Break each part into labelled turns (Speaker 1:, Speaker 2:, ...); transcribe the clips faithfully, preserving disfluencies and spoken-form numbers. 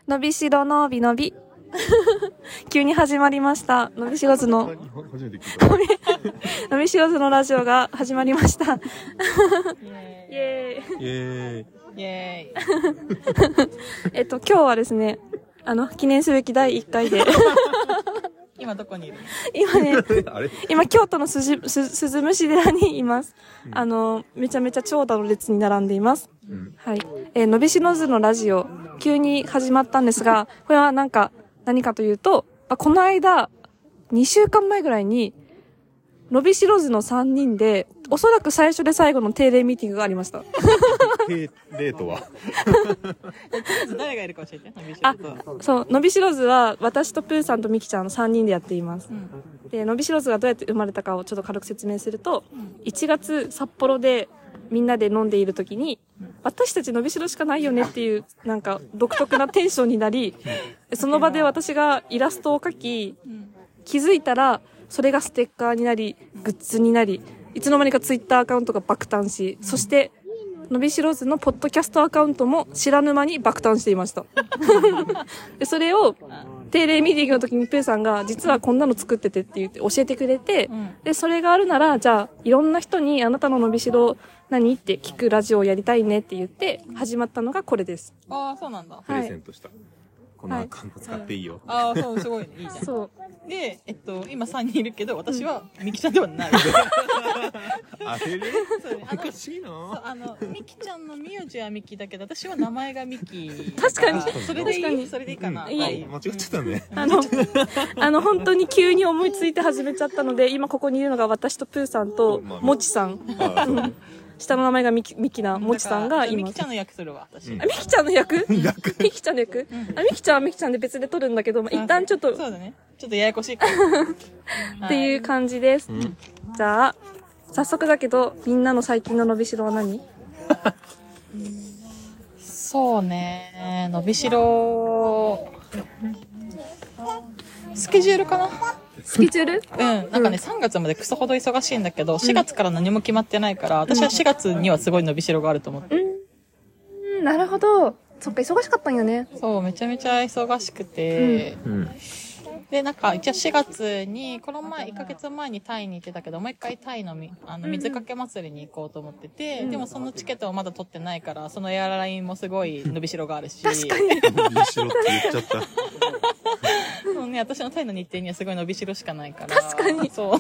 Speaker 1: のびしろのびのび急に始まりましたのびしろずの
Speaker 2: 初めて聞いた
Speaker 1: のびしろずのラジオが始まりましたイ
Speaker 2: エーイイエーイ
Speaker 3: イエーイ
Speaker 1: えっと今日はですねあの記念すべきだいいっかいで
Speaker 3: 今どこにいる？
Speaker 1: 今ね今京都のすじす鈴虫寺にいます、うん、あのめちゃめちゃ長蛇の列に並んでいます、うん、はい、えー、のびしろずのラジオ急に始まったんですが、これはなんか何かというと、この間にしゅうかんまえぐらいにのびしろずのさんにんでおそらく最初で最後の定例ミーティングがありました。
Speaker 2: 定例とは
Speaker 3: 誰がいるか教えて。
Speaker 1: あ、そう、のびしろずは私とプーさんとミキちゃんのさんにんでやっています、うん、でのびしろずがどうやって生まれたかをちょっと軽く説明すると、うん、いちがつ札幌でみんなで飲んでいる時に、私たちのびしろしかないよねっていうなんか独特なテンションになり、その場で私がイラストを描き、気づいたらそれがステッカーになりグッズになり、いつの間にかツイッターアカウントが爆誕し、そしてのびしろずのポッドキャストアカウントも知らぬ間に爆誕していましたでそれを定例ミーティングの時にプーさんが実はこんなの作っててって言って教えてくれて、うん、でそれがあるならじゃあいろんな人にあなたののびしろ何って聞くラジオをやりたいねって言って始まったのがこれです。
Speaker 3: ああそうなんだ。
Speaker 2: プレゼントした、はい、このアカウント使っていいよ、
Speaker 3: はい、ああそうすごいね、いいじゃん。そうでえっと今さんにんいるけど私はミキちゃんではない
Speaker 2: あれれそうね、おかしいな。
Speaker 3: そうあのミキちゃんの名字はミキだけど私は名前がミキ
Speaker 1: 確かに
Speaker 3: それでいいそれでいいかな、うん、
Speaker 2: いい、間違っちゃったね。
Speaker 1: あのあの本当に急に思いついて始めちゃったので今ここにいるのが私とプーさんともちさん、下の名前がミキ、ミキなもちさんがいます。
Speaker 3: ミキちゃんの役するわ私、うん、
Speaker 1: あミキちゃんの役ミキちゃんの役、うん、あミキちゃんはミキちゃんで別で撮るんだけど、まあ、一旦ちょっと
Speaker 3: そうだねちょっとややこしいから
Speaker 1: っていう感じです、うん、じゃあ早速だけどみんなの最近ののびしろは何
Speaker 3: そうねのびしろスケジュールかな。
Speaker 1: スケジュール
Speaker 3: うん。なんかね、さんがつまでクソほど忙しいんだけど、しがつから何も決まってないから、私はしがつにはすごい伸びしろがあると思って。
Speaker 1: うん、なるほど。そっか、忙しかったんよね。
Speaker 3: そう、めちゃめちゃ忙しくて、
Speaker 2: うん、
Speaker 3: で、なんか、一応しがつに、この前、いっかげつまえにタイに行ってたけど、もう一回タイのみ、あの、水かけ祭りに行こうと思ってて、うん、でもそのチケットをまだ取ってないから、そのエアラインもすごい伸びしろがあるし。
Speaker 1: 確かに。
Speaker 2: 伸びしろって言っちゃった。
Speaker 3: そうね、私のタイの日程にはすごい伸びしろしかないから。
Speaker 1: 確かに。
Speaker 3: そう。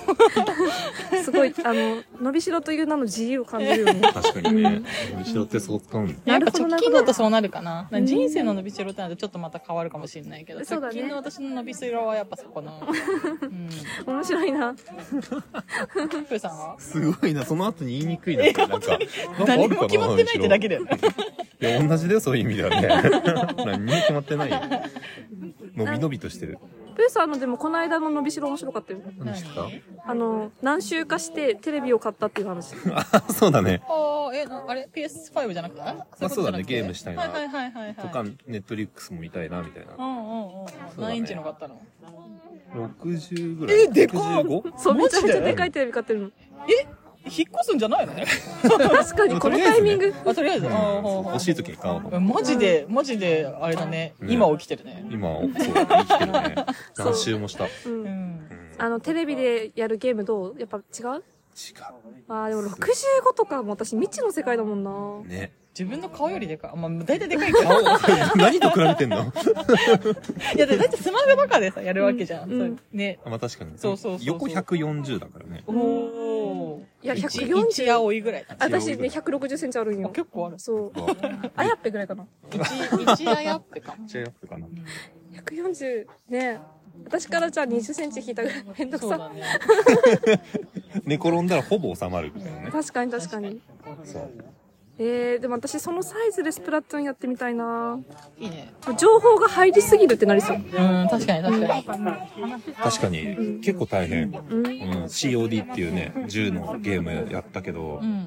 Speaker 1: すごい、あの、伸びしろという名の自由を感じるよね。
Speaker 2: 確かにね。伸びしろってそう使うんだ。
Speaker 3: やっぱ直近だとそうなるかな。人生の伸びしろってなるとちょっとまた変わるかもしれないけど、直近の私の伸びしろはやっぱそこの。
Speaker 1: うん、面白いな。
Speaker 3: プーさんは
Speaker 2: すごいな、その後に言いにくいな。なんか、
Speaker 3: 何も決まってないってだけだよ。
Speaker 2: いや、同じだよ、そういう意味ではね。何にも決まってないよ。伸び伸びとしてる。
Speaker 1: プーさんのでもこの間の伸びしろ面白かったよ。
Speaker 2: 何してた？
Speaker 1: あの何週かしてテレビを買ったっていう話。
Speaker 2: あ、そうだね。
Speaker 3: ああ、え、あれ ピーエスファイブ じゃなくて？あ、
Speaker 2: そうだね、ゲームしたいな。
Speaker 3: はいはいはいはい。
Speaker 2: とかネットリックスも見たいなみたいな。
Speaker 3: うんうんうん。何インチの買ったの？
Speaker 2: ろくじゅうぐらい。
Speaker 3: え、でかっ。
Speaker 1: そうめちゃめちゃでかいテレビ買ってるの。
Speaker 3: え？引っ越すんじゃないの？
Speaker 1: 確かにこのタイミング。
Speaker 3: あ、とりあえず。
Speaker 2: 欲しい時に買おう。
Speaker 3: マジでマジであれだね。今起きてるね。
Speaker 2: 今そう生きてるね。何周もした。
Speaker 1: うん。あのテレビでやるゲームどう？やっぱ違う？違う。あでもろくじゅうごとかも私未知の世界だもんな。
Speaker 2: ね。
Speaker 3: 自分の顔よりでかい。まあ大体でかいけど。
Speaker 2: 何と比べてんの？
Speaker 3: いやだってスマホとかでさやるわけじゃん。うん、ね。
Speaker 2: あまあ確かに。
Speaker 3: そうそうそうそう。
Speaker 2: 横ひゃくよんじゅうだからね。
Speaker 3: おお。
Speaker 1: いやひゃくよんじゅう。
Speaker 3: 一青いぐらい。
Speaker 1: 私ねひゃくろくじゅっセンチあるんよ。
Speaker 3: 結構ある。
Speaker 1: そう。あやっぺぐらいかな。
Speaker 3: 一一あやっぺか。
Speaker 2: 一あやっぺかな。
Speaker 1: ひゃくよんじゅうね。私からじゃあにじゅっセンチ引いたぐらいめんどくさ。そうだね。
Speaker 2: 寝転んだらほぼ収まるみたいなね。
Speaker 1: 確かに確かに。
Speaker 2: そう。
Speaker 1: えー、でも私そのサイズでスプラトゥーンやってみたいな。
Speaker 3: いいね。
Speaker 1: 情報が入りすぎるってなりそう。うん、
Speaker 3: 確かに確かに。
Speaker 2: 確かに、うん、結構大変。うん。うん、シーオーディー っていうね、銃のゲームやったけど、うん、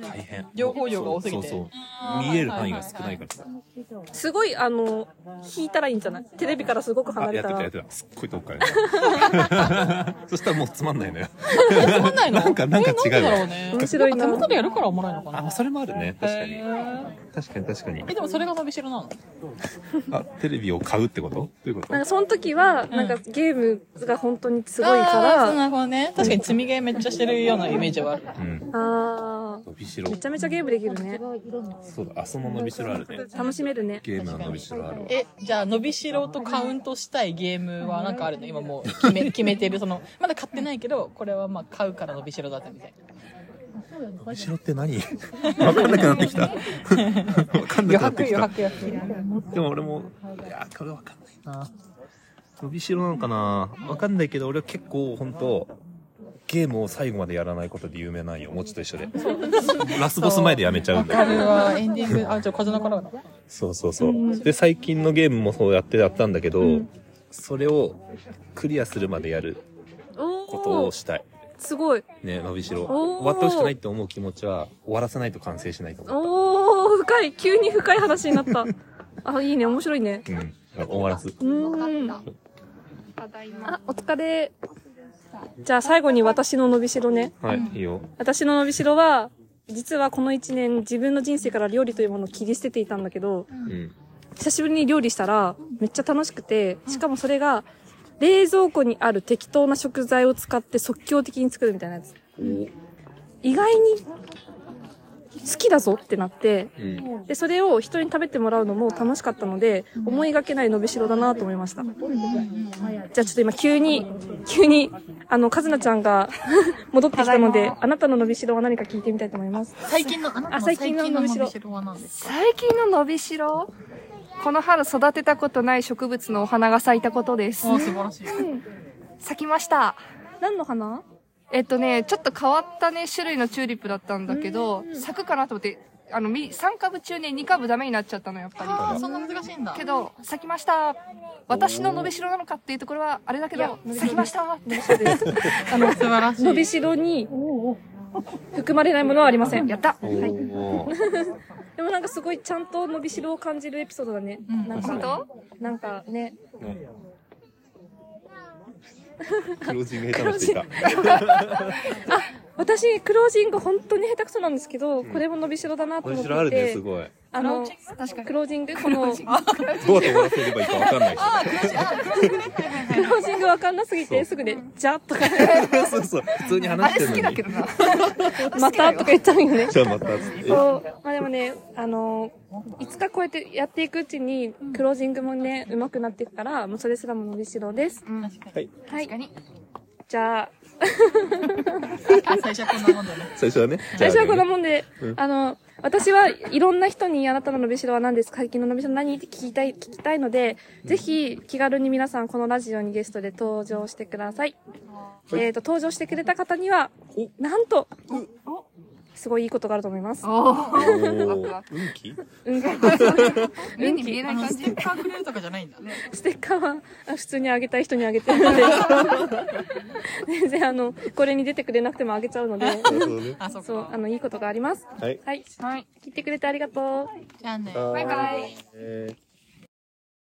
Speaker 2: 大変。
Speaker 3: 情報量が多すぎて。
Speaker 2: そうそう。見える範囲が少ないからさ。
Speaker 1: すごい、あの、引いたらいいんじゃない？テレビからすごく離れたら。
Speaker 2: あ、やってたやってた。すっごい遠くからそしたらもうつまんないのよ。
Speaker 3: つまんないの？
Speaker 2: なんか、なんか違うよ。
Speaker 3: ね、
Speaker 1: 面白いな。
Speaker 3: 手元でやるからおもろいのかな。
Speaker 2: あ、それもあるね。確かに。確かに確かに。
Speaker 3: え、でもそれが伸びしろなの？
Speaker 2: あ、テレビを買うってこと？どういうこと？
Speaker 1: なんかその時は、なんかゲームが本当にすごいか
Speaker 3: あ
Speaker 1: ら。
Speaker 3: ー、なるほどね。確かに積みゲーめっちゃしてるようなイメージはある。
Speaker 2: うん。
Speaker 1: あ
Speaker 2: 伸びしろ。
Speaker 1: めちゃめちゃゲームできるね。
Speaker 2: そうだ、あ、その伸びしろあるね。
Speaker 1: 楽しめるね。
Speaker 2: ゲームの伸びしろあるわ。
Speaker 3: え、じゃあ伸びしろとカウントしたいゲームはなんかあるの？今もう決め、決めてる、その、まだ買ってないけど、これはまあ買うから伸びしろだったみたいな。
Speaker 2: 伸びしろって何？わかんなくなってきた。わかんなくなってきた。
Speaker 3: 余白余白。
Speaker 2: でも俺も、いや、これわかんないな。伸びしろなのかな？わかんないけど、俺は結構、ほんと、ゲームを最後までやらないことで有名なんよ。もちと一緒で。ラスボス前でやめちゃうんだよ。
Speaker 3: わかるわ。エンディング、あ、ちょ、風のからだ。
Speaker 2: そうそうそう。で、最近のゲームもそうやってやったんだけど、うん、それをクリアするまでやることをしたい。
Speaker 1: すごい。
Speaker 2: ね、伸びしろ。終わってほしくないって思う気持ちは、終わらせないと完成しないと思う。
Speaker 1: おー、深い。急に深い話になった。あ、いいね。面白いね。
Speaker 2: うん。終わらす。
Speaker 1: うーん。あ、お疲れ。じゃあ最後に私の伸びしろね。
Speaker 2: はい、いいよ。
Speaker 1: 私の伸びしろは、実はこの一年自分の人生から料理というものを切り捨てていたんだけど、うん、久しぶりに料理したらめっちゃ楽しくて、しかもそれが冷蔵庫にある適当な食材を使って即興的に作るみたいなやつ。うん、意外に好きだぞってなって、うん、で、それを人に食べてもらうのも楽しかったので、思いがけない伸びしろだなと思いました。じゃあちょっと今急に、急に、あの、かずなちゃんが戻ってきたので、あなたの伸びしろは何か聞いてみたいと思います。
Speaker 3: 最近の、あなたの最近の伸びしろは何ですか？
Speaker 4: 最近の伸びしろ？この春育てたことない植物のお花が咲いたことです。
Speaker 3: あ、素晴らしい。
Speaker 4: 咲きました。
Speaker 1: 何の花？
Speaker 4: えっとね、ちょっと変わったね、種類のチューリップだったんだけど、咲くかなと思って、あの、さん株中ね、に株ダメになっちゃったの、やっぱり。
Speaker 3: ああ、そんな難しいんだ。
Speaker 4: けど、咲きました。私の伸びしろなのかっていうところは、あれだけど、咲きました。伸びしろです。
Speaker 1: あの、素晴らしい。伸びしろに、含まれないものはありません。やった。はい。でもなんかすごいちゃんと伸びしろを感じるエピソードだね。
Speaker 4: うん、
Speaker 1: なんか、
Speaker 4: 本当？
Speaker 1: なんかね。
Speaker 2: クロージング下手な人いた。
Speaker 1: あ、私、クロージング本当に下手くそなんですけど、これも伸びしろだなと思ってて。
Speaker 2: 伸びしろあるね、すごい。
Speaker 1: あの、確かクロージングこの、どうやって
Speaker 2: 終わらせればいいかわかんない人。
Speaker 1: クロージングわかんなすぎて、すぐで、じゃとか。
Speaker 2: そうそう、普通に話してるのに。
Speaker 4: あれ好きだけどな。
Speaker 1: またとか言っちゃうよね。
Speaker 2: じゃあまたつって。
Speaker 1: そう。まあでもね、あの、いつかこうやってやっていくうちに、クロージングもね、上手くなっていくから、もうそれすらも伸びしろです。
Speaker 4: うん、
Speaker 2: はい。
Speaker 1: はい。
Speaker 4: 確かに。
Speaker 1: じゃあ、
Speaker 3: 最初はこんなもんだね。
Speaker 2: 最初はね。
Speaker 1: 最初はこんなもんで、あの、私はいろんな人にあなたの伸びしろは何ですか？最近の伸びしろ何って聞きたい、聞きたいので、ぜひ気軽に皆さんこのラジオにゲストで登場してください。えっと、登場してくれた方には、なんと、すごいいいことがあると思います。
Speaker 4: お
Speaker 2: ー。運気？
Speaker 1: 運気。
Speaker 4: 目に見えない感じ。
Speaker 3: ステッカーくれるとかじゃないんだね。
Speaker 1: ステッカーは普通にあげたい人にあげてるので、全然あの、これに出てくれなくてもあげちゃうので、
Speaker 3: あ、そう
Speaker 1: そう、あの、いいことがあります。
Speaker 2: はい。
Speaker 1: はい。聞いてくれてありがとう。
Speaker 3: じゃあね。
Speaker 4: バイバイ。
Speaker 2: えー